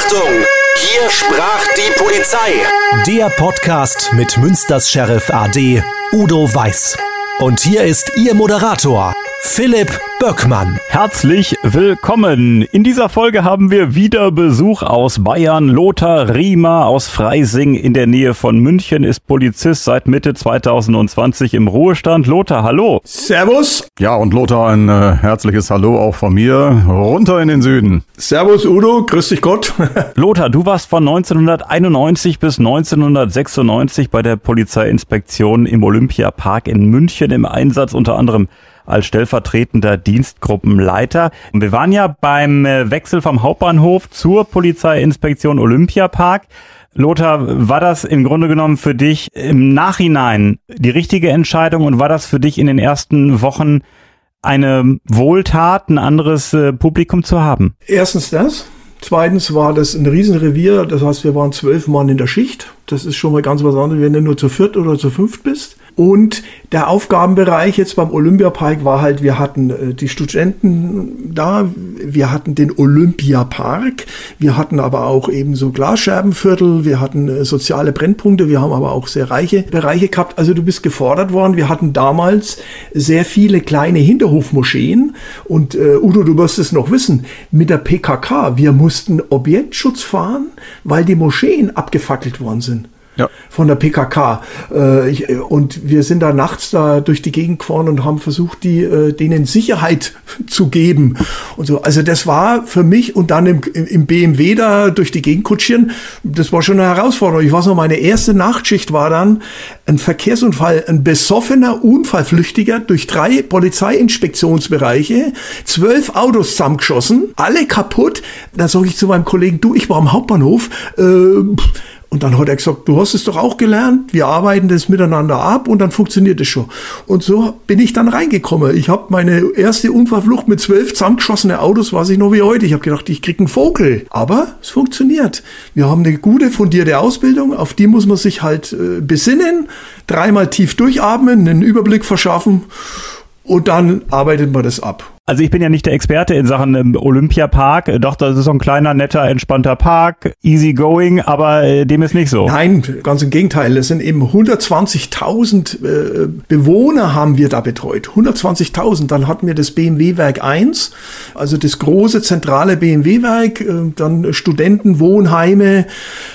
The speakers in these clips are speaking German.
Achtung! Hier sprach die Polizei. Der Podcast mit Münsters Sheriff AD Udo Weiß. Und hier ist Ihr Moderator, Philipp Böckmann. Herzlich willkommen. In dieser Folge haben wir wieder Besuch aus Bayern. Lothar Riemer aus Freising in der Nähe von München ist Polizist seit Mitte 2020 im Ruhestand. Lothar, hallo. Servus. Ja, und Lothar, ein herzliches Hallo auch von mir. Runter in den Süden. Servus Udo, grüß dich Gott. Lothar, du warst von 1991 bis 1996 bei der Polizeiinspektion im Olympiapark in München im Einsatz, unter anderem als stellvertretender Dienstgruppenleiter. Wir waren ja beim Wechsel vom Hauptbahnhof zur Polizeiinspektion Olympiapark. Lothar, war das im Grunde genommen für dich im Nachhinein die richtige Entscheidung und war das für dich in den ersten Wochen eine Wohltat, ein anderes Publikum zu haben? Erstens das. Zweitens war das ein Riesenrevier. Das heißt, wir waren 12 Mann in der Schicht. Das ist schon mal ganz was anderes, wenn du nur zu viert oder zu fünft bist. Und der Aufgabenbereich jetzt beim Olympiapark war halt, wir hatten die Studenten da, wir hatten den Olympiapark, wir hatten aber auch eben so Glasscherbenviertel, wir hatten soziale Brennpunkte, wir haben aber auch sehr reiche Bereiche gehabt. Also du bist gefordert worden. Wir hatten damals sehr viele kleine Hinterhofmoscheen und Udo, du wirst es noch wissen, mit der PKK, wir mussten Objektschutz fahren, weil die Moscheen abgefackelt worden sind. Ja. Von der PKK. Und wir sind da nachts da durch die Gegend gefahren und haben versucht, denen Sicherheit zu geben. Und so. Also das war für mich, und dann im BMW da durch die Gegend kutschieren, das war schon eine Herausforderung. Ich weiß noch, meine erste Nachtschicht war dann ein Verkehrsunfall, ein besoffener Unfallflüchtiger durch 3 Polizeiinspektionsbereiche, 12 Autos zusammengeschossen, alle kaputt. Dann sage ich zu meinem Kollegen, du, ich war am Hauptbahnhof, und dann hat er gesagt, du hast es doch auch gelernt, wir arbeiten das miteinander ab und dann funktioniert es schon. Und so bin ich dann reingekommen. Ich habe meine erste Unfallflucht mit 12 zusammengeschossene Autos, weiß ich noch wie heute. Ich habe gedacht, ich krieg einen Vogel. Aber es funktioniert. Wir haben eine gute, fundierte Ausbildung, auf die muss man sich halt besinnen, 3-mal tief durchatmen, einen Überblick verschaffen und dann arbeitet man das ab. Also ich bin ja nicht der Experte in Sachen Olympiapark. Doch, das ist so ein kleiner, netter, entspannter Park, easy going, aber dem ist nicht so. Nein, ganz im Gegenteil. Es sind eben 120.000 Bewohner haben wir da betreut. 120.000. Dann hatten wir das BMW-Werk 1, also das große zentrale BMW-Werk, dann Studentenwohnheime.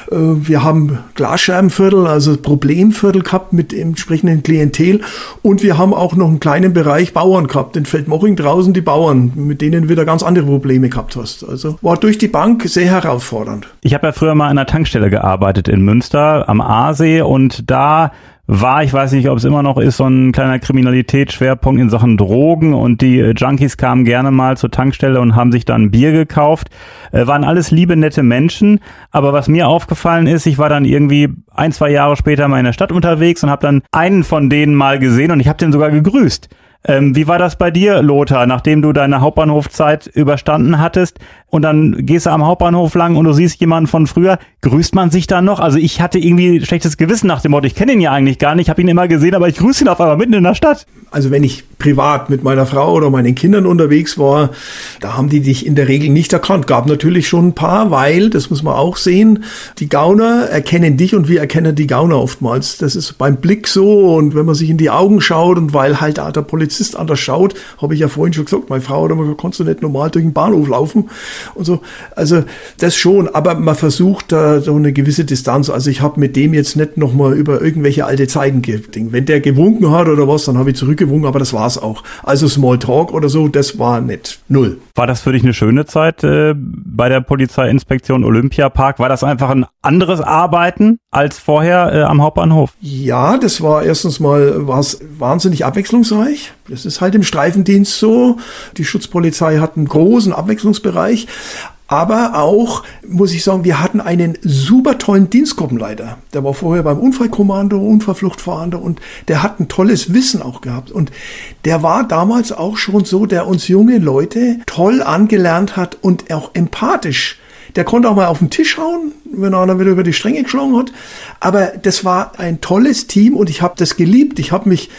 Wir haben Glasscherbenviertel, also Problemviertel gehabt mit entsprechenden Klientel. Und wir haben auch noch einen kleinen Bereich Bauern gehabt, in Feldmoching draußen, die Bauern, mit denen du wieder ganz andere Probleme gehabt hast. Also war durch die Bank sehr herausfordernd. Ich habe ja früher mal an einer Tankstelle gearbeitet in Münster am Aasee und da war, ich weiß nicht, ob es immer noch ist, so ein kleiner Kriminalitätsschwerpunkt in Sachen Drogen und die Junkies kamen gerne mal zur Tankstelle und haben sich dann Bier gekauft. Waren alles liebe, nette Menschen, aber was mir aufgefallen ist, ich war dann irgendwie 1-2 Jahre später mal in der Stadt unterwegs und habe dann einen von denen mal gesehen und ich habe den sogar gegrüßt. Wie war das bei dir, Lothar, nachdem du deine Hauptbahnhofzeit überstanden hattest und dann gehst du am Hauptbahnhof lang und du siehst jemanden von früher, grüßt man sich da noch? Also ich hatte irgendwie schlechtes Gewissen nach dem Motto, ich kenne ihn ja eigentlich gar nicht, habe ihn immer gesehen, aber ich grüße ihn auf einmal mitten in der Stadt. Also wenn ich privat mit meiner Frau oder meinen Kindern unterwegs war, da haben die dich in der Regel nicht erkannt. Gab natürlich schon ein paar, weil, das muss man auch sehen, die Gauner erkennen dich und wir erkennen die Gauner oftmals. Das ist beim Blick so und wenn man sich in die Augen schaut und weil halt der Polizist anders schaut, habe ich ja vorhin schon gesagt, meine Frau hat immer gesagt, kannst du nicht normal durch den Bahnhof laufen und so. Also das schon, aber man versucht da so eine gewisse Distanz. Also ich habe mit dem jetzt nicht nochmal über irgendwelche alte Zeiten gedingt. Wenn der gewunken hat oder was, dann habe ich zurückgewunken, aber das war's auch. Also Smalltalk oder so, das war nicht. Null. War das für dich eine schöne Zeit bei der Polizeiinspektion Olympiapark? War das einfach ein anderes Arbeiten als vorher am Hauptbahnhof? Ja, das war erstens mal war's wahnsinnig abwechslungsreich. Das ist halt im Streifendienst so. Die Schutzpolizei hat einen großen Abwechslungsbereich. Aber auch, muss ich sagen, wir hatten einen super tollen Dienstgruppenleiter. Der war vorher beim Unfallkommando, Unfallfluchtfahnder und der hat ein tolles Wissen auch gehabt. Und der war damals auch schon so, der uns junge Leute toll angelernt hat und auch empathisch. Der konnte auch mal auf den Tisch hauen, wenn einer wieder über die Stränge geschlagen hat. Aber das war ein tolles Team und ich habe das geliebt. Ich habe mich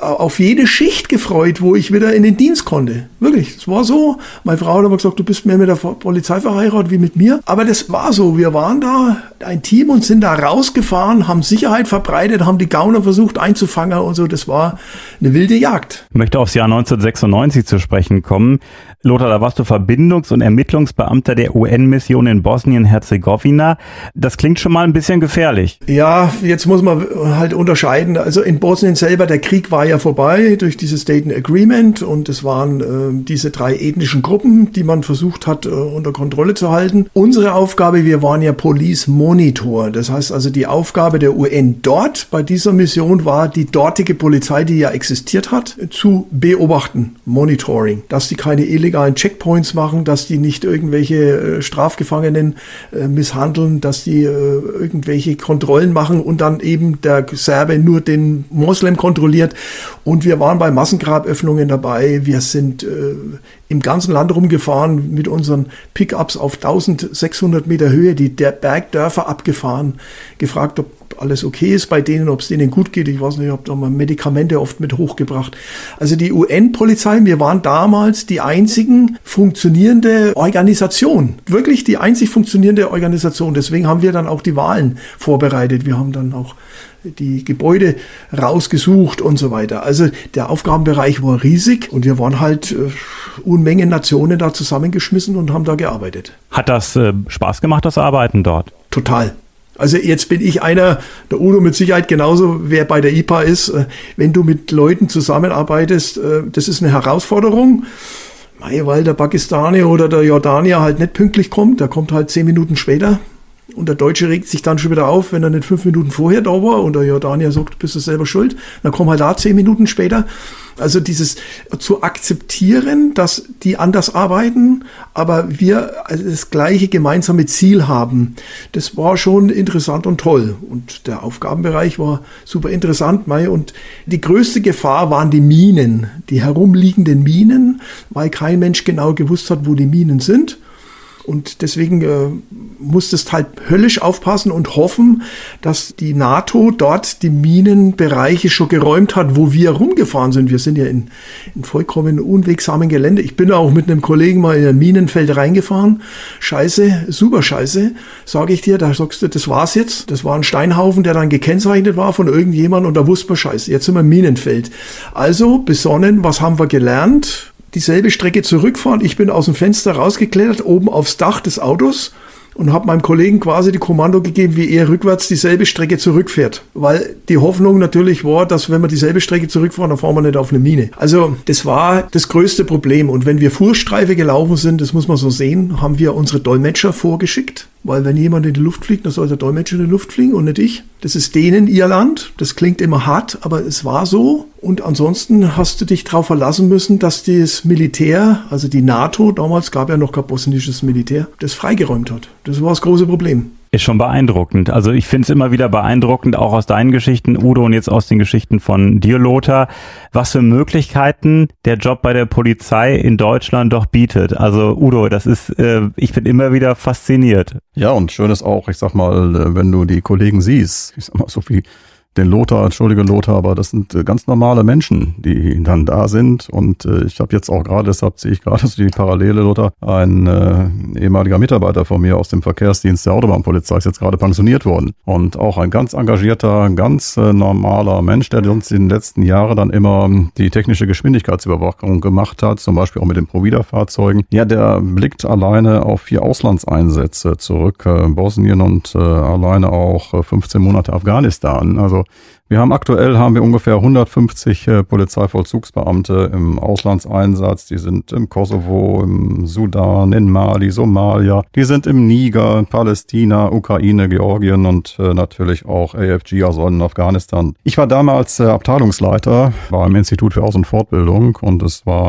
auf jede Schicht gefreut, wo ich wieder in den Dienst konnte. Wirklich, es war so. Meine Frau hat immer gesagt, du bist mehr mit der Polizei verheiratet wie mit mir. Aber das war so. Wir waren da ein Team und sind da rausgefahren, haben Sicherheit verbreitet, haben die Gauner versucht einzufangen und so. Das war eine wilde Jagd. Ich möchte aufs Jahr 1996 zu sprechen kommen. Lothar, da warst du Verbindungs- und Ermittlungsbeamter der UN-Mission in Bosnien-Herzegowina. Das klingt schon mal ein bisschen gefährlich. Ja, jetzt muss man halt unterscheiden. Also in Bosnien selber, der Krieg war ja vorbei durch dieses Dayton Agreement und es waren diese 3 ethnischen Gruppen, die man versucht hat unter Kontrolle zu halten. Unsere Aufgabe, wir waren ja Police Monitor. Das heißt also, die Aufgabe der UN dort bei dieser Mission war, die dortige Polizei, die ja existiert hat, zu beobachten, Monitoring, dass die keine illegalen Checkpoints machen, dass die nicht irgendwelche Strafgefangenen misshandeln, dass die irgendwelche Kontrollen machen und dann eben der Serbe nur den Moslem kontrolliert. Und wir waren bei Massengraböffnungen dabei. Wir sind im ganzen Land rumgefahren mit unseren Pickups auf 1600 Meter Höhe, die Bergdörfer abgefahren, gefragt, ob alles okay ist bei denen, ob es denen gut geht. Ich weiß nicht, ich habe da mal Medikamente oft mit hochgebracht. Also die UN-Polizei, wir waren damals die einzigen funktionierende Organisation. Wirklich die einzig funktionierende Organisation. Deswegen haben wir dann auch die Wahlen vorbereitet. Wir haben dann auch die Gebäude rausgesucht und so weiter. Also der Aufgabenbereich war riesig und wir waren halt Unmengen Nationen da zusammengeschmissen und haben da gearbeitet. Hat das Spaß gemacht, das Arbeiten dort? Total. Also jetzt bin ich einer, der Udo mit Sicherheit genauso, wer bei der IPA ist. Wenn du mit Leuten zusammenarbeitest, das ist eine Herausforderung, weil der Pakistanier oder der Jordanier halt nicht pünktlich kommt, der kommt halt 10 Minuten später. Und der Deutsche regt sich dann schon wieder auf, wenn er nicht 5 Minuten vorher da war und der Jordanier sagt, du bist selber schuld. Dann kommen halt da 10 Minuten später. Also dieses zu akzeptieren, dass die anders arbeiten, aber wir das gleiche gemeinsame Ziel haben, das war schon interessant und toll. Und der Aufgabenbereich war super interessant. Und die größte Gefahr waren die Minen, die herumliegenden Minen, weil kein Mensch genau gewusst hat, wo die Minen sind. Und deswegen musstest halt höllisch aufpassen und hoffen, dass die NATO dort die Minenbereiche schon geräumt hat, wo wir rumgefahren sind. Wir sind ja in vollkommen unwegsamen Gelände. Ich bin auch mit einem Kollegen mal in ein Minenfeld reingefahren. Scheiße, super scheiße, sage ich dir. Da sagst du, das war's jetzt. Das war ein Steinhaufen, der dann gekennzeichnet war von irgendjemandem und da wusste man, scheiße, jetzt sind wir im Minenfeld. Also besonnen, was haben wir gelernt? Dieselbe Strecke zurückfahren. Ich bin aus dem Fenster rausgeklettert, oben aufs Dach des Autos und habe meinem Kollegen quasi die Kommando gegeben, wie er rückwärts dieselbe Strecke zurückfährt. Weil die Hoffnung natürlich war, dass wenn wir dieselbe Strecke zurückfahren, dann fahren wir nicht auf eine Mine. Also das war das größte Problem. Und wenn wir Fuhrstreife gelaufen sind, das muss man so sehen, haben wir unsere Dolmetscher vorgeschickt. Weil wenn jemand in die Luft fliegt, dann soll der Dolmetscher in die Luft fliegen und nicht ich. Das ist denen ihr Land. Das klingt immer hart, aber es war so. Und ansonsten hast du dich darauf verlassen müssen, dass das Militär, also die NATO, damals gab ja noch kein bosnisches Militär, das freigeräumt hat. Das war das große Problem. Ist schon beeindruckend. Also ich finde es immer wieder beeindruckend, auch aus deinen Geschichten, Udo, und jetzt aus den Geschichten von dir, Lothar, was für Möglichkeiten der Job bei der Polizei in Deutschland doch bietet. Also Udo, das ist, ich bin immer wieder fasziniert. Ja, und schön ist auch, ich sag mal, wenn du die Kollegen siehst, ich sag mal so wie den Lothar, entschuldige Lothar, aber das sind ganz normale Menschen, die dann da sind. Und ich habe jetzt auch gerade, deshalb sehe ich gerade so die Parallele, Lothar, ein ehemaliger Mitarbeiter von mir aus dem Verkehrsdienst der Autobahnpolizei ist jetzt gerade pensioniert worden. Und auch ein ganz engagierter, ganz normaler Mensch, der uns in den letzten Jahren dann immer die technische Geschwindigkeitsüberwachung gemacht hat, zum Beispiel auch mit den Provida-Fahrzeugen. Ja, der blickt alleine auf 4 Auslandseinsätze zurück, Bosnien und alleine auch 15 Monate Afghanistan. Also aktuell haben wir ungefähr 150 Polizeivollzugsbeamte im Auslandseinsatz. Die sind im Kosovo, im Sudan, in Mali, Somalia. Die sind im Niger, Palästina, Ukraine, Georgien und natürlich auch AFG, also in Afghanistan. Ich war damals Abteilungsleiter beim Institut für Aus- und Fortbildung und es war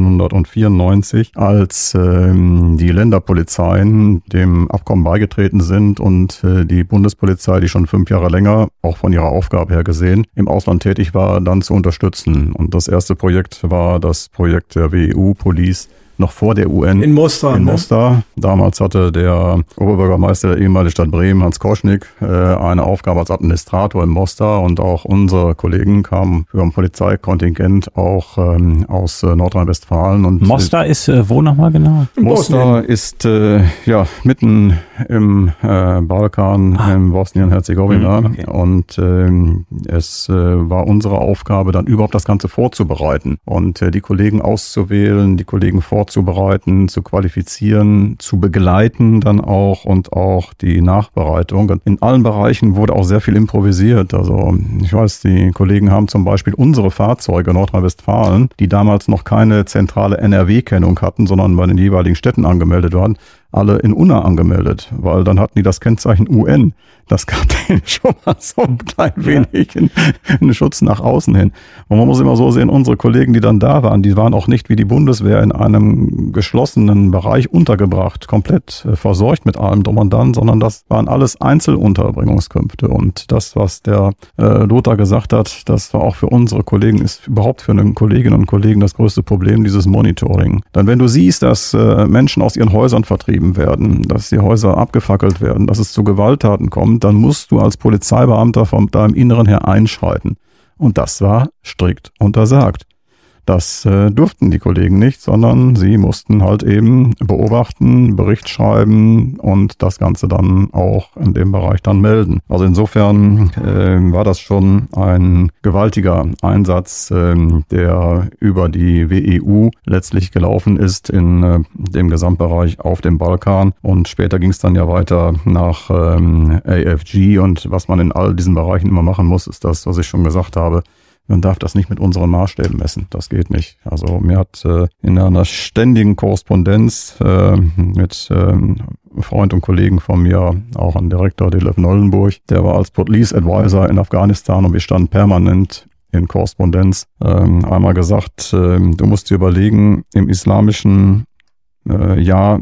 1994, als die Länderpolizeien dem Abkommen beigetreten sind und die Bundespolizei, die schon 5 Jahre länger auch von ihrer Aufgabe her gesehen, im Ausland tätig war, dann zu unterstützen. Und das erste Projekt war das Projekt der WEU Police noch vor der UN. In Mostar. Mostar. Damals hatte der Oberbürgermeister der ehemaligen Stadt Bremen, Hans Koschnick, eine Aufgabe als Administrator in Mostar und auch unsere Kollegen kamen für ein Polizeikontingent auch aus Nordrhein-Westfalen. Und Mostar ist wo nochmal genau? Mostar ist mitten im Balkan, in Bosnien-Herzegowina. Okay. Und es war unsere Aufgabe, dann überhaupt das Ganze vorzubereiten und die Kollegen auszuwählen, die Kollegen vorzubereiten, zu qualifizieren, zu begleiten dann auch und auch die Nachbereitung. In allen Bereichen wurde auch sehr viel improvisiert. Also ich weiß, die Kollegen haben zum Beispiel unsere Fahrzeuge in Nordrhein-Westfalen, die damals noch keine zentrale NRW-Kennung hatten, sondern bei den jeweiligen Städten angemeldet waren, alle in Unna angemeldet, weil dann hatten die das Kennzeichen UN. Das gab denen schon mal so ein klein wenig einen Schutz nach außen hin. Und man muss immer so sehen, unsere Kollegen, die dann da waren, die waren auch nicht wie die Bundeswehr in einem geschlossenen Bereich untergebracht, komplett versorgt mit allem drum und dran, sondern das waren alles Einzelunterbringungskünfte. Und das, was der Lothar gesagt hat, das war auch für unsere Kollegen, ist überhaupt für eine Kolleginnen und Kollegen das größte Problem, dieses Monitoring. Denn wenn du siehst, dass Menschen aus ihren Häusern vertrieben werden, dass die Häuser abgefackelt werden, dass es zu Gewalttaten kommt, dann musst du als Polizeibeamter von deinem Inneren her einschreiten. Und das war strikt untersagt. Das durften die Kollegen nicht, sondern sie mussten halt eben beobachten, Bericht schreiben und das Ganze dann auch in dem Bereich dann melden. Also insofern war das schon ein gewaltiger Einsatz, der über die WEU letztlich gelaufen ist in dem Gesamtbereich auf dem Balkan. Und später ging es dann ja weiter nach AFG und was man in all diesen Bereichen immer machen muss, ist das, was ich schon gesagt habe. Man darf das nicht mit unseren Maßstäben messen. Das geht nicht. Also mir hat in einer ständigen Korrespondenz mit Freund und Kollegen von mir, auch ein Direktor Detlef Nollenburg, der war als Police Advisor in Afghanistan und wir standen permanent in Korrespondenz, einmal gesagt, du musst dir überlegen, im islamischen Jahr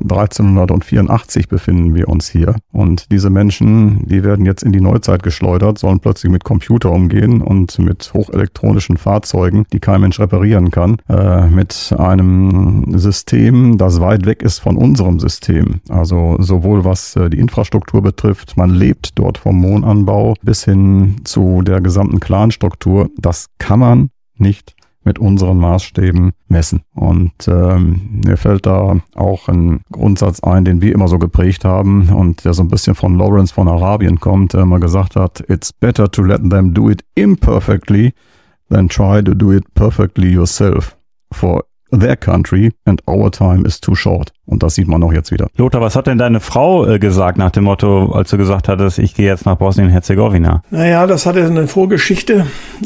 1384 befinden wir uns hier. Und diese Menschen, die werden jetzt in die Neuzeit geschleudert, sollen plötzlich mit Computer umgehen und mit hochelektronischen Fahrzeugen, die kein Mensch reparieren kann, mit einem System, das weit weg ist von unserem System. Also sowohl was die Infrastruktur betrifft, man lebt dort vom Mohnanbau bis hin zu der gesamten Clanstruktur. Das kann man nicht mit unseren Maßstäben messen. Und mir fällt da auch ein Grundsatz ein, den wir immer so geprägt haben und der so ein bisschen von Lawrence von Arabien kommt, der immer gesagt hat, it's better to let them do it imperfectly than try to do it perfectly yourself. For their country and our time is too short. Und das sieht man auch jetzt wieder. Lothar, was hat denn deine Frau gesagt nach dem Motto, als du gesagt hattest, ich gehe jetzt nach Bosnien-Herzegowina? Naja, das hatte eine Vorgeschichte.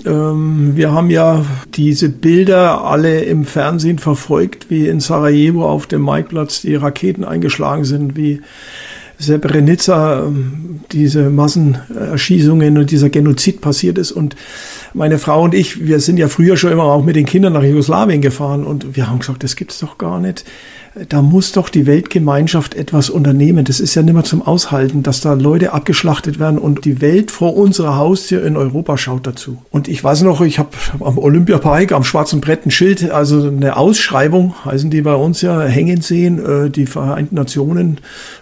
Wir haben ja diese Bilder alle im Fernsehen verfolgt, wie in Sarajevo auf dem Maikplatz die Raketen eingeschlagen sind, wie Srebrenica, diese Massenerschießungen und dieser Genozid passiert ist. Und meine Frau und ich, wir sind ja früher schon immer auch mit den Kindern nach Jugoslawien gefahren und wir haben gesagt, das gibt's doch gar nicht. Da muss doch die Weltgemeinschaft etwas unternehmen. Das ist ja nicht mehr zum Aushalten, dass da Leute abgeschlachtet werden und die Welt vor unserer Haustür in Europa schaut dazu. Und ich weiß noch, ich habe am Olympiapark am schwarzen Brett ein Schild, also eine Ausschreibung, heißen die bei uns ja, hängen sehen. Die Vereinten Nationen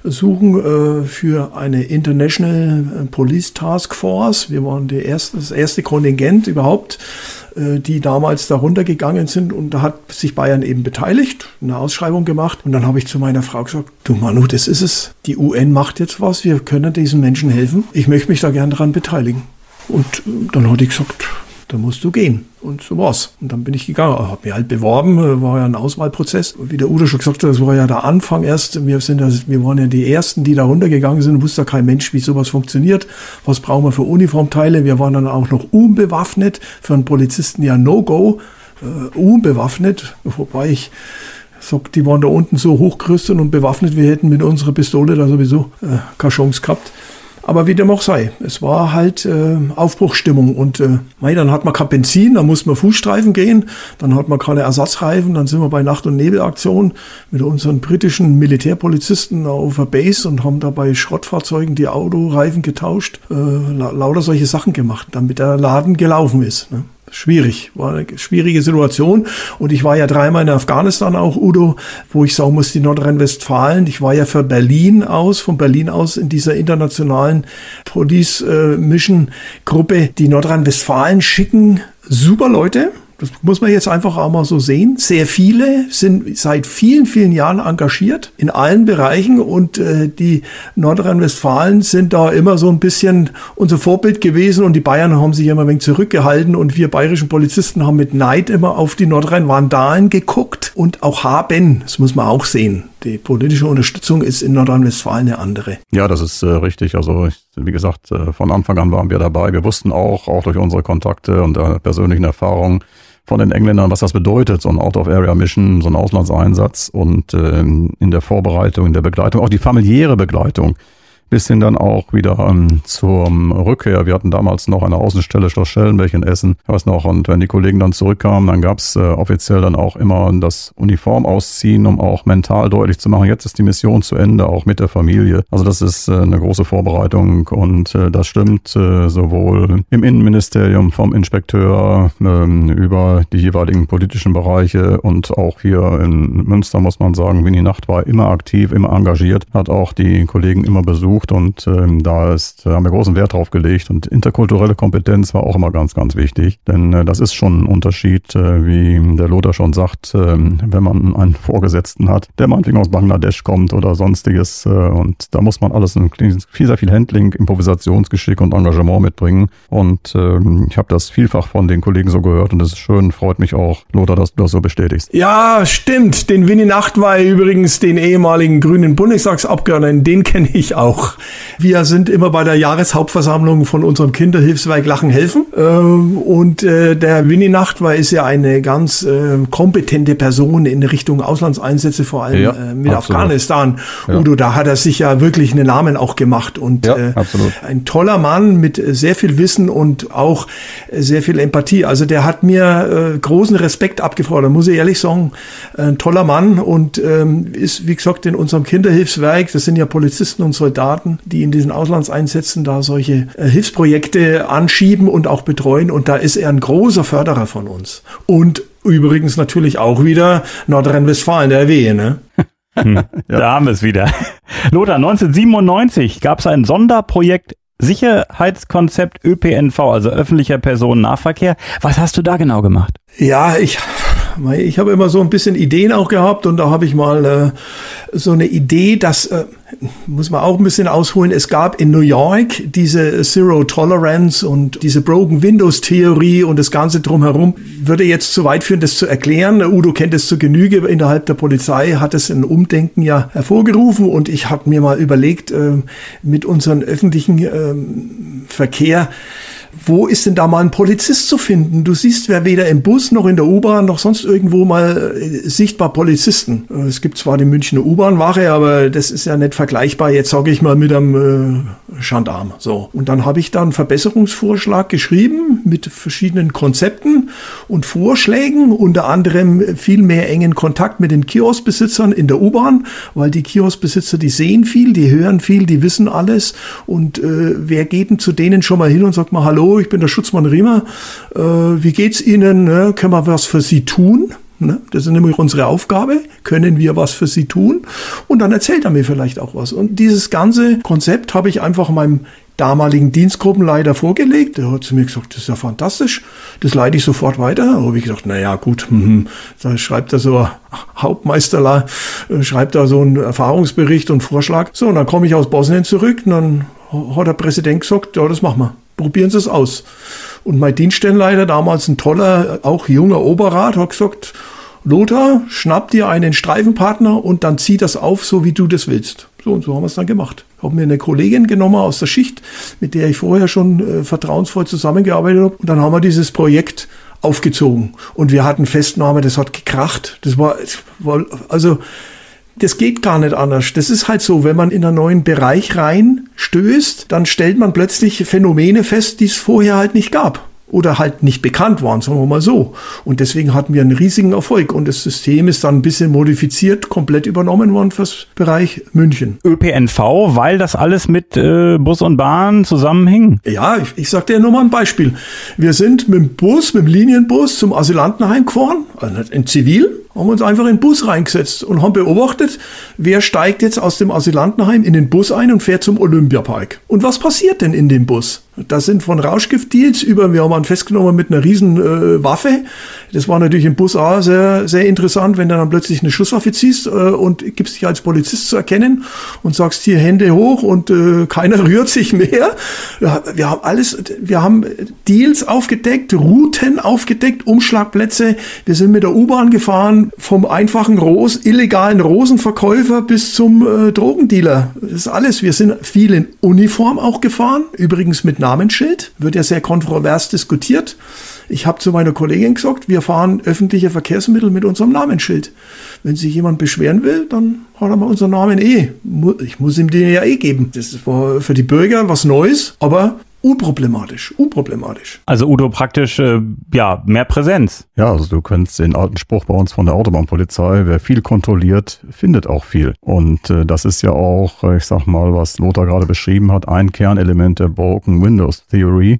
suchen für eine International Police Task Force. Wir waren das erste Kontingent überhaupt, die damals da runtergegangen sind und da hat sich Bayern eben beteiligt, eine Ausschreibung gemacht und dann habe ich zu meiner Frau gesagt, du Manu, das ist es, die UN macht jetzt was, wir können diesen Menschen helfen, ich möchte mich da gern dran beteiligen. Und dann hat die gesagt, da musst du gehen. Und so war's. Und dann bin ich gegangen, habe mich halt beworben, war ja ein Auswahlprozess. Wie der Udo schon gesagt hat, das war ja der Anfang erst. Wir waren ja die Ersten, die da runtergegangen sind. Wusste ja kein Mensch, wie sowas funktioniert. Was brauchen wir für Uniformteile? Wir waren dann auch noch unbewaffnet. Für einen Polizisten ja No-Go. Unbewaffnet. Wobei ich sag, die waren da unten so hochgerüstet und bewaffnet. Wir hätten mit unserer Pistole da sowieso keine Chance gehabt. Aber wie dem auch sei, es war halt Aufbruchsstimmung und dann hat man kein Benzin, dann muss man Fußstreifen gehen, dann hat man keine Ersatzreifen, dann sind wir bei Nacht- und Nebelaktion mit unseren britischen Militärpolizisten auf der Base und haben da bei Schrottfahrzeugen die Autoreifen getauscht, lauter solche Sachen gemacht, damit der Laden gelaufen ist. Ne? schwierig, war eine schwierige Situation. Und ich war ja 3-mal in Afghanistan auch, Udo, wo ich sagen muss, die Nordrhein-Westfalen. Ich war ja von Berlin aus in dieser internationalen Police Mission Gruppe. Die Nordrhein-Westfalen schicken super Leute. Das muss man jetzt einfach auch mal so sehen. Sehr viele sind seit vielen, vielen Jahren engagiert in allen Bereichen und die Nordrhein-Westfalen sind da immer so ein bisschen unser Vorbild gewesen und die Bayern haben sich immer ein wenig zurückgehalten und wir bayerischen Polizisten haben mit Neid immer auf die Nordrhein-Vandalen geguckt und auch haben, das muss man auch sehen. Die politische Unterstützung ist in Nordrhein-Westfalen eine andere. Ja, das ist richtig. Also wie gesagt, von Anfang an waren wir dabei. Wir wussten auch durch unsere Kontakte und persönlichen Erfahrungen von den Engländern, was das bedeutet, so ein Out-of-Area-Mission, so ein Auslandseinsatz und in der Vorbereitung, in der Begleitung, auch die familiäre Begleitung, bis hin dann auch wieder zur Rückkehr. Wir hatten damals noch eine Außenstelle Schloss Schellenberg in Essen, ich weiß noch, und wenn die Kollegen dann zurückkamen, dann gab es offiziell dann auch immer das Uniform ausziehen, um auch mental deutlich zu machen, jetzt ist die Mission zu Ende, auch mit der Familie. Also das ist eine große Vorbereitung und das stimmt sowohl im Innenministerium vom Inspekteur über die jeweiligen politischen Bereiche und auch hier in Münster muss man sagen, Winnie Nacht war immer aktiv, immer engagiert, hat auch die Kollegen immer besucht und haben wir großen Wert drauf gelegt und interkulturelle Kompetenz war auch immer ganz, ganz wichtig, denn das ist schon ein Unterschied, wie der Lothar schon sagt, wenn man einen Vorgesetzten hat, der meinetwegen aus Bangladesch kommt oder sonstiges und da muss man alles sehr viel Handling, Improvisationsgeschick und Engagement mitbringen und ich habe das vielfach von den Kollegen so gehört und es ist schön, freut mich auch, Lothar, dass du das so bestätigst. Ja, stimmt, den Winnie Nachtwey übrigens, den ehemaligen grünen Bundestagsabgeordneten, den kenne ich auch. Wir sind immer bei der Jahreshauptversammlung von unserem Kinderhilfswerk Lachen helfen. Und der Winnie Nachtwey ist ja eine ganz kompetente Person in Richtung Auslandseinsätze, vor allem mit absolut. Afghanistan. Ja. Udo, da hat er sich ja wirklich einen Namen auch gemacht. Und ein toller Mann mit sehr viel Wissen und auch sehr viel Empathie. Also der hat mir großen Respekt abgefordert, muss ich ehrlich sagen. Ein toller Mann und ist, wie gesagt, in unserem Kinderhilfswerk, das sind ja Polizisten und Soldaten, die in diesen Auslandseinsätzen da solche Hilfsprojekte anschieben und auch betreuen. Und da ist er ein großer Förderer von uns. Und übrigens natürlich auch wieder Nordrhein-Westfalen, der Wehe, ne? Da haben wir es wieder. Lothar, 1997 gab es ein Sonderprojekt Sicherheitskonzept ÖPNV, also öffentlicher Personennahverkehr. Was hast du da genau gemacht? Ja, ich habe immer so ein bisschen Ideen auch gehabt und da habe ich mal so eine Idee, dass, muss man auch ein bisschen ausholen, es gab in New York diese Zero Tolerance und diese Broken Windows Theorie und das Ganze drumherum. Würde jetzt zu weit führen, das zu erklären. Udo kennt es zur Genüge. Innerhalb der Polizei hat es ein Umdenken ja hervorgerufen und ich habe mir mal überlegt, mit unserem öffentlichen Verkehr, wo ist denn da mal ein Polizist zu finden? Du siehst ja weder im Bus noch in der U-Bahn noch sonst irgendwo mal sichtbar Polizisten. Es gibt zwar die Münchner U-Bahn-Wache, aber das ist ja nicht vergleichbar, jetzt sage ich mal, mit einem Gendarm. So. Und dann habe ich da einen Verbesserungsvorschlag geschrieben mit verschiedenen Konzepten und Vorschlägen, unter anderem viel mehr engen Kontakt mit den Kioskbesitzern in der U-Bahn, weil die Kioskbesitzer, die sehen viel, die hören viel, die wissen alles und wer geht denn zu denen schon mal hin und sagt mal, hallo, ich bin der Schutzmann Riemer, wie geht's Ihnen, ne? Können wir was für Sie tun? Ne? Das ist nämlich unsere Aufgabe, können wir was für Sie tun? Und dann erzählt er mir vielleicht auch was. Und dieses ganze Konzept habe ich einfach meinem damaligen Dienstgruppenleiter vorgelegt. Der hat zu mir gesagt, das ist ja fantastisch, das leite ich sofort weiter. Da habe ich gedacht, naja gut, da schreibt er so ein Hauptmeisterler, schreibt da so einen Erfahrungsbericht und Vorschlag. So, und dann komme ich aus Bosnien zurück und dann hat der Präsident gesagt, ja, das machen wir. Probieren Sie es aus. Und mein Dienststellenleiter, damals ein toller, auch junger Oberrat, hat gesagt, Lothar, schnapp dir einen Streifenpartner und dann zieh das auf, so wie du das willst. So, und so haben wir es dann gemacht. Ich habe mir eine Kollegin genommen aus der Schicht, mit der ich vorher schon vertrauensvoll zusammengearbeitet habe. Und dann haben wir dieses Projekt aufgezogen. Und wir hatten Festnahme, das hat gekracht. Das war also... Das geht gar nicht anders. Das ist halt so, wenn man in einen neuen Bereich rein stößt, dann stellt man plötzlich Phänomene fest, die es vorher halt nicht gab. oder halt nicht bekannt waren, sagen wir mal so. Und deswegen hatten wir einen riesigen Erfolg und das System ist dann ein bisschen modifiziert, komplett übernommen worden fürs Bereich München. ÖPNV, weil das alles mit Bus und Bahn zusammenhing? Ja, ich sag dir nur mal ein Beispiel. Wir sind mit dem Linienbus zum Asylantenheim gefahren, also in Zivil, haben uns einfach in den Bus reingesetzt und haben beobachtet, wer steigt jetzt aus dem Asylantenheim in den Bus ein und fährt zum Olympiapark. Und was passiert denn in dem Bus? Das sind von Rauschgiftdeals über, wir haben einen festgenommen mit einer riesen Waffe. Das war natürlich im Bus auch sehr, sehr interessant, wenn du dann plötzlich eine Schusswaffe ziehst und gibst dich als Polizist zu erkennen und sagst hier Hände hoch und keiner rührt sich mehr. Wir haben Deals aufgedeckt, Routen aufgedeckt, Umschlagplätze. Wir sind mit der U-Bahn gefahren, vom einfachen illegalen Rosenverkäufer bis zum Drogendealer. Das ist alles. Wir sind viel in Uniform auch gefahren, übrigens mit Namensschild, wird ja sehr kontrovers diskutiert. Ich habe zu meiner Kollegin gesagt, wir fahren öffentliche Verkehrsmittel mit unserem Namensschild. Wenn sich jemand beschweren will, dann hat er mal unseren Namen Ich muss ihm den ja geben. Das war für die Bürger was Neues, aber unproblematisch. Also Udo, praktisch, mehr Präsenz. Ja, also du kennst den alten Spruch bei uns von der Autobahnpolizei, wer viel kontrolliert, findet auch viel. Und das ist ja auch, ich sag mal, was Lothar gerade beschrieben hat, ein Kernelement der Broken Windows Theory,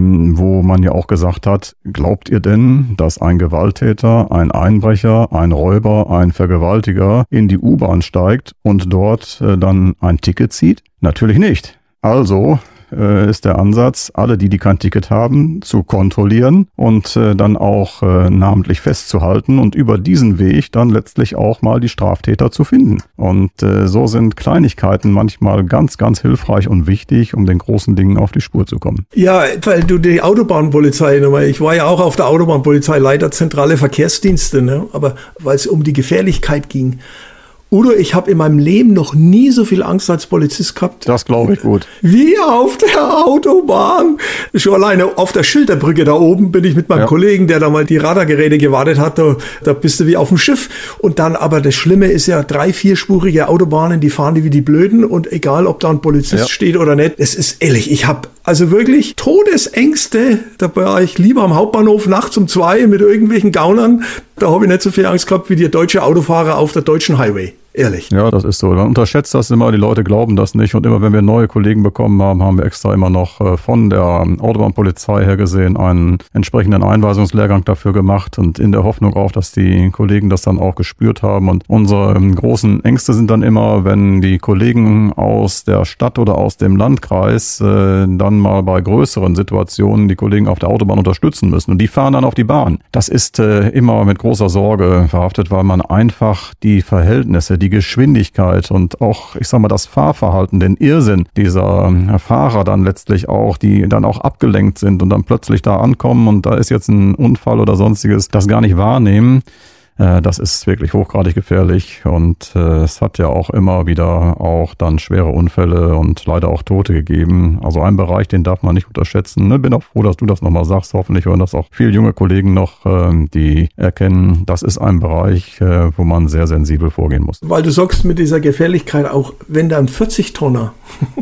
wo man ja auch gesagt hat, glaubt ihr denn, dass ein Gewalttäter, ein Einbrecher, ein Räuber, ein Vergewaltiger in die U-Bahn steigt und dort dann ein Ticket zieht? Natürlich nicht. Also ist der Ansatz, alle, die kein Ticket haben, zu kontrollieren und dann auch namentlich festzuhalten und über diesen Weg dann letztlich auch mal die Straftäter zu finden. Und so sind Kleinigkeiten manchmal ganz, ganz hilfreich und wichtig, um den großen Dingen auf die Spur zu kommen. Ja, weil du die Autobahnpolizei, ich war ja auch auf der Autobahnpolizei, Leiter zentrale Verkehrsdienste, ne? Aber weil es um die Gefährlichkeit ging. Udo, ich habe in meinem Leben noch nie so viel Angst als Polizist gehabt. Das glaube ich gut. Wie auf der Autobahn. Schon alleine auf der Schilderbrücke da oben bin ich mit meinem Kollegen, der da mal die Radargeräte gewartet hat, da bist du wie auf dem Schiff. Und dann aber das Schlimme ist ja 3-4-spurige Autobahnen, die fahren die wie die Blöden und egal, ob da ein Polizist steht oder nicht. Es ist ehrlich, ich habe also wirklich Todesängste. Da war ich lieber am Hauptbahnhof nachts um 2 mit irgendwelchen Gaunern. Da habe ich nicht so viel Angst gehabt wie die deutsche Autofahrer auf der deutschen Highway. Ehrlich. Ja, das ist so. Man unterschätzt das immer, die Leute glauben das nicht. Und immer, wenn wir neue Kollegen bekommen haben, haben wir extra immer noch von der Autobahnpolizei her gesehen einen entsprechenden Einweisungslehrgang dafür gemacht und in der Hoffnung auch, dass die Kollegen das dann auch gespürt haben. Und unsere großen Ängste sind dann immer, wenn die Kollegen aus der Stadt oder aus dem Landkreis dann mal bei größeren Situationen die Kollegen auf der Autobahn unterstützen müssen. Und die fahren dann auf die Bahn. Das ist immer mit großer Sorge verhaftet, weil man einfach die Verhältnisse, die Geschwindigkeit und auch, ich sag mal, das Fahrverhalten, den Irrsinn dieser Fahrer dann letztlich auch, die dann auch abgelenkt sind und dann plötzlich da ankommen und da ist jetzt ein Unfall oder sonstiges, das gar nicht wahrnehmen. Das ist wirklich hochgradig gefährlich und es hat ja auch immer wieder auch dann schwere Unfälle und leider auch Tote gegeben. Also ein Bereich, den darf man nicht unterschätzen. Bin auch froh, dass du das nochmal sagst. Hoffentlich hören das auch viele junge Kollegen noch, die erkennen, das ist ein Bereich, wo man sehr sensibel vorgehen muss. Weil du sagst mit dieser Gefährlichkeit auch, wenn da ein 40-Tonner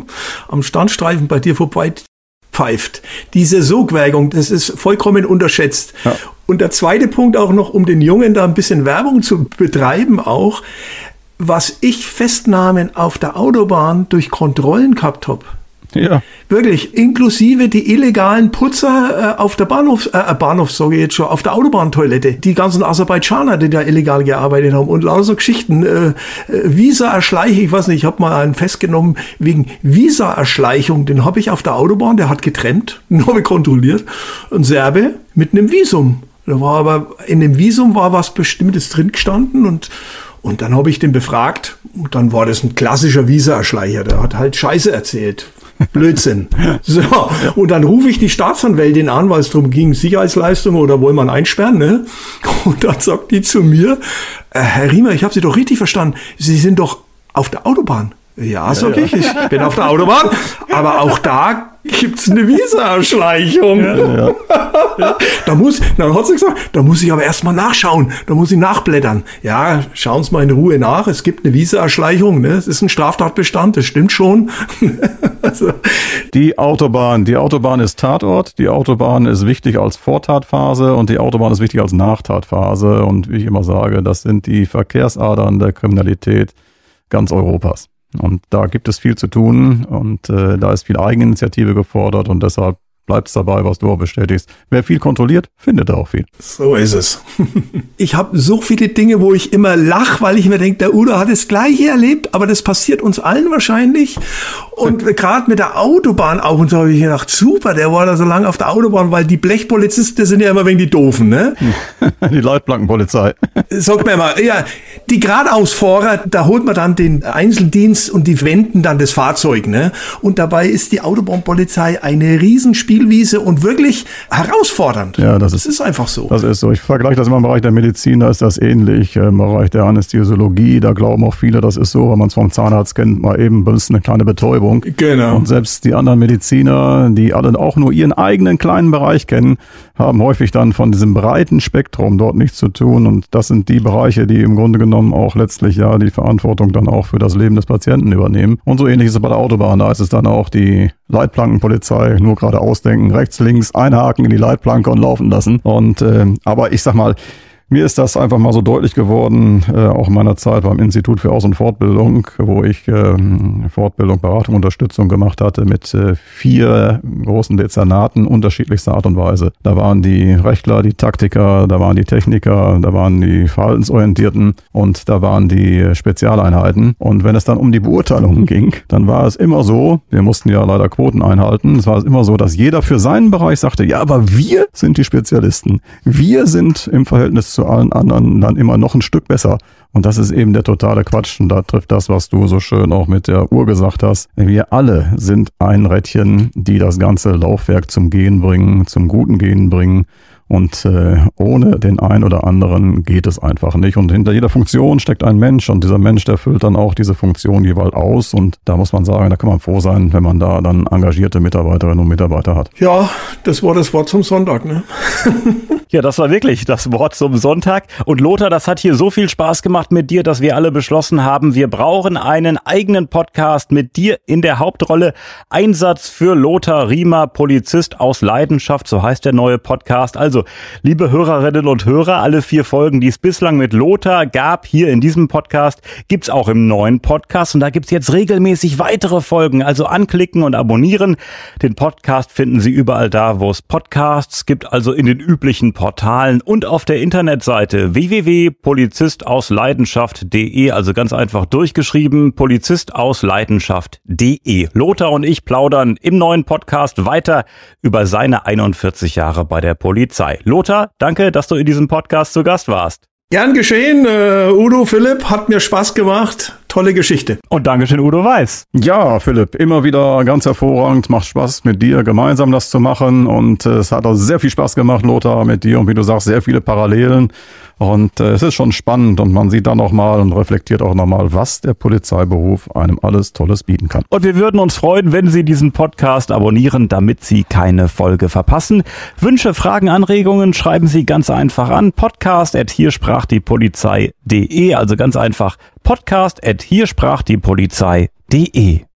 am Standstreifen bei dir vorbei pfeift. Diese Sogwirkung, das ist vollkommen unterschätzt. Ja. Und der zweite Punkt auch noch, um den Jungen da ein bisschen Werbung zu betreiben auch, was ich Festnahmen auf der Autobahn durch Kontrollen gehabt habe. Ja. Wirklich, inklusive die illegalen Putzer auf der auf der Autobahntoilette. Die ganzen Aserbaidschaner, die da illegal gearbeitet haben und lauter so Geschichten. Visa-Erschleichung, ich weiß nicht, ich habe mal einen festgenommen wegen Visa-Erschleichung. Den habe ich auf der Autobahn, der hat getrennt, den habe ich kontrolliert. Ein Serbe mit einem Visum. Da war aber in dem Visum war was Bestimmtes drin gestanden und dann habe ich den befragt und dann war das ein klassischer Visa-Erschleicher. Der hat halt Scheiße erzählt. Blödsinn. So, und dann rufe ich die Staatsanwältin an, weil es darum ging, Sicherheitsleistung oder wollen wir ihn einsperren, ne? Und dann sagt die zu mir, Herr Riemer, ich habe Sie doch richtig verstanden. Sie sind doch auf der Autobahn. Ja, sag ich bin auf der Autobahn, aber auch da gibt's eine Visa-Erschleichung. Ja. Dann hat sie gesagt, da muss ich aber erstmal nachschauen, da muss ich nachblättern. Ja, schauen Sie mal in Ruhe nach, es gibt eine Visa-Erschleichung, ne? Es ist ein Straftatbestand, das stimmt schon. Also. Die Autobahn ist Tatort, die Autobahn ist wichtig als Vortatphase und die Autobahn ist wichtig als Nachtatphase. Und wie ich immer sage, das sind die Verkehrsadern der Kriminalität ganz Europas. Und da gibt es viel zu tun und da ist viel Eigeninitiative gefordert und deshalb bleibt es dabei, was du auch bestätigst. Wer viel kontrolliert, findet auch viel. So ist es. Ich habe so viele Dinge, wo ich immer lache, weil ich mir denke, der Udo hat das Gleiche erlebt, aber das passiert uns allen wahrscheinlich. Und gerade mit der Autobahn auch, und so habe ich gedacht, super, der war da so lange auf der Autobahn, weil die Blechpolizisten sind ja immer wegen die Doofen, ne? Die Leitplankenpolizei. Sagt mir mal, ja, die Geradeausfahrer, da holt man dann den Einzeldienst und die wenden dann das Fahrzeug, ne? Und dabei ist die Autobahnpolizei eine Riesenspielwiese und wirklich herausfordernd. Ja, das ist einfach so. Das ist so. Ich vergleiche das immer im Bereich der Medizin, da ist das ähnlich. Im Bereich der Anästhesiologie, da glauben auch viele, das ist so, wenn man es vom Zahnarzt kennt, mal eben ist eine kleine Betäubung. Genau. Und selbst die anderen Mediziner, die alle auch nur ihren eigenen kleinen Bereich kennen, haben häufig dann von diesem breiten Spektrum dort nichts zu tun. Und das sind die Bereiche, die im Grunde genommen auch letztlich ja die Verantwortung dann auch für das Leben des Patienten übernehmen. Und so ähnlich ist es bei der Autobahn. Da ist es dann auch die Leitplankenpolizei, nur gerade ausdenken, rechts, links, einhaken in die Leitplanke und laufen lassen. Und aber ich sag mal, mir ist das einfach mal so deutlich geworden, auch in meiner Zeit beim Institut für Aus- und Fortbildung, wo ich Fortbildung, Beratung, Unterstützung gemacht hatte mit 4 großen Dezernaten unterschiedlichster Art und Weise. Da waren die Rechtler, die Taktiker, da waren die Techniker, da waren die Verhaltensorientierten und da waren die Spezialeinheiten. Und wenn es dann um die Beurteilungen ging, dann war es immer so, wir mussten ja leider Quoten einhalten, es war immer so, dass jeder für seinen Bereich sagte, ja, aber wir sind die Spezialisten. Wir sind im Verhältnis zu allen anderen dann immer noch ein Stück besser. Und das ist eben der totale Quatsch. Und da trifft das, was du so schön auch mit der Uhr gesagt hast. Wir alle sind ein Rädchen, die das ganze Laufwerk zum Gehen bringen, zum guten Gehen bringen. Und ohne den einen oder anderen geht es einfach nicht. Und hinter jeder Funktion steckt ein Mensch und dieser Mensch, der füllt dann auch diese Funktion jeweils aus. Und da muss man sagen, da kann man froh sein, wenn man da dann engagierte Mitarbeiterinnen und Mitarbeiter hat. Ja, das war das Wort zum Sonntag, ne? Ja, das war wirklich das Wort zum Sonntag. Und Lothar, das hat hier so viel Spaß gemacht mit dir, dass wir alle beschlossen haben, wir brauchen einen eigenen Podcast mit dir in der Hauptrolle. Einsatz für Lothar Riemer, Polizist aus Leidenschaft, so heißt der neue Podcast. Also, liebe Hörerinnen und Hörer, alle 4 Folgen, die es bislang mit Lothar gab, hier in diesem Podcast, gibt's auch im neuen Podcast. Und da gibt's jetzt regelmäßig weitere Folgen. Also anklicken und abonnieren. Den Podcast finden Sie überall da, wo es Podcasts gibt, also in den üblichen Portalen und auf der Internetseite www.polizistausleidenschaft.de, also ganz einfach durchgeschrieben, polizistausleidenschaft.de. Lothar und ich plaudern im neuen Podcast weiter über seine 41 Jahre bei der Polizei. Lothar, danke, dass du in diesem Podcast zu Gast warst. Gern geschehen, Udo, Philipp, hat mir Spaß gemacht. Tolle Geschichte. Und Dankeschön, Udo Weiß. Ja, Philipp, immer wieder ganz hervorragend. Macht Spaß mit dir, gemeinsam das zu machen. Und es hat auch sehr viel Spaß gemacht, Lothar, mit dir. Und wie du sagst, sehr viele Parallelen. Und es ist schon spannend und man sieht dann nochmal und reflektiert auch nochmal, was der Polizeiberuf einem alles Tolles bieten kann. Und wir würden uns freuen, wenn Sie diesen Podcast abonnieren, damit Sie keine Folge verpassen. Wünsche, Fragen, Anregungen schreiben Sie ganz einfach an podcast@hiersprachdiepolizei.de, also ganz einfach podcast@hiersprachdiepolizei.de.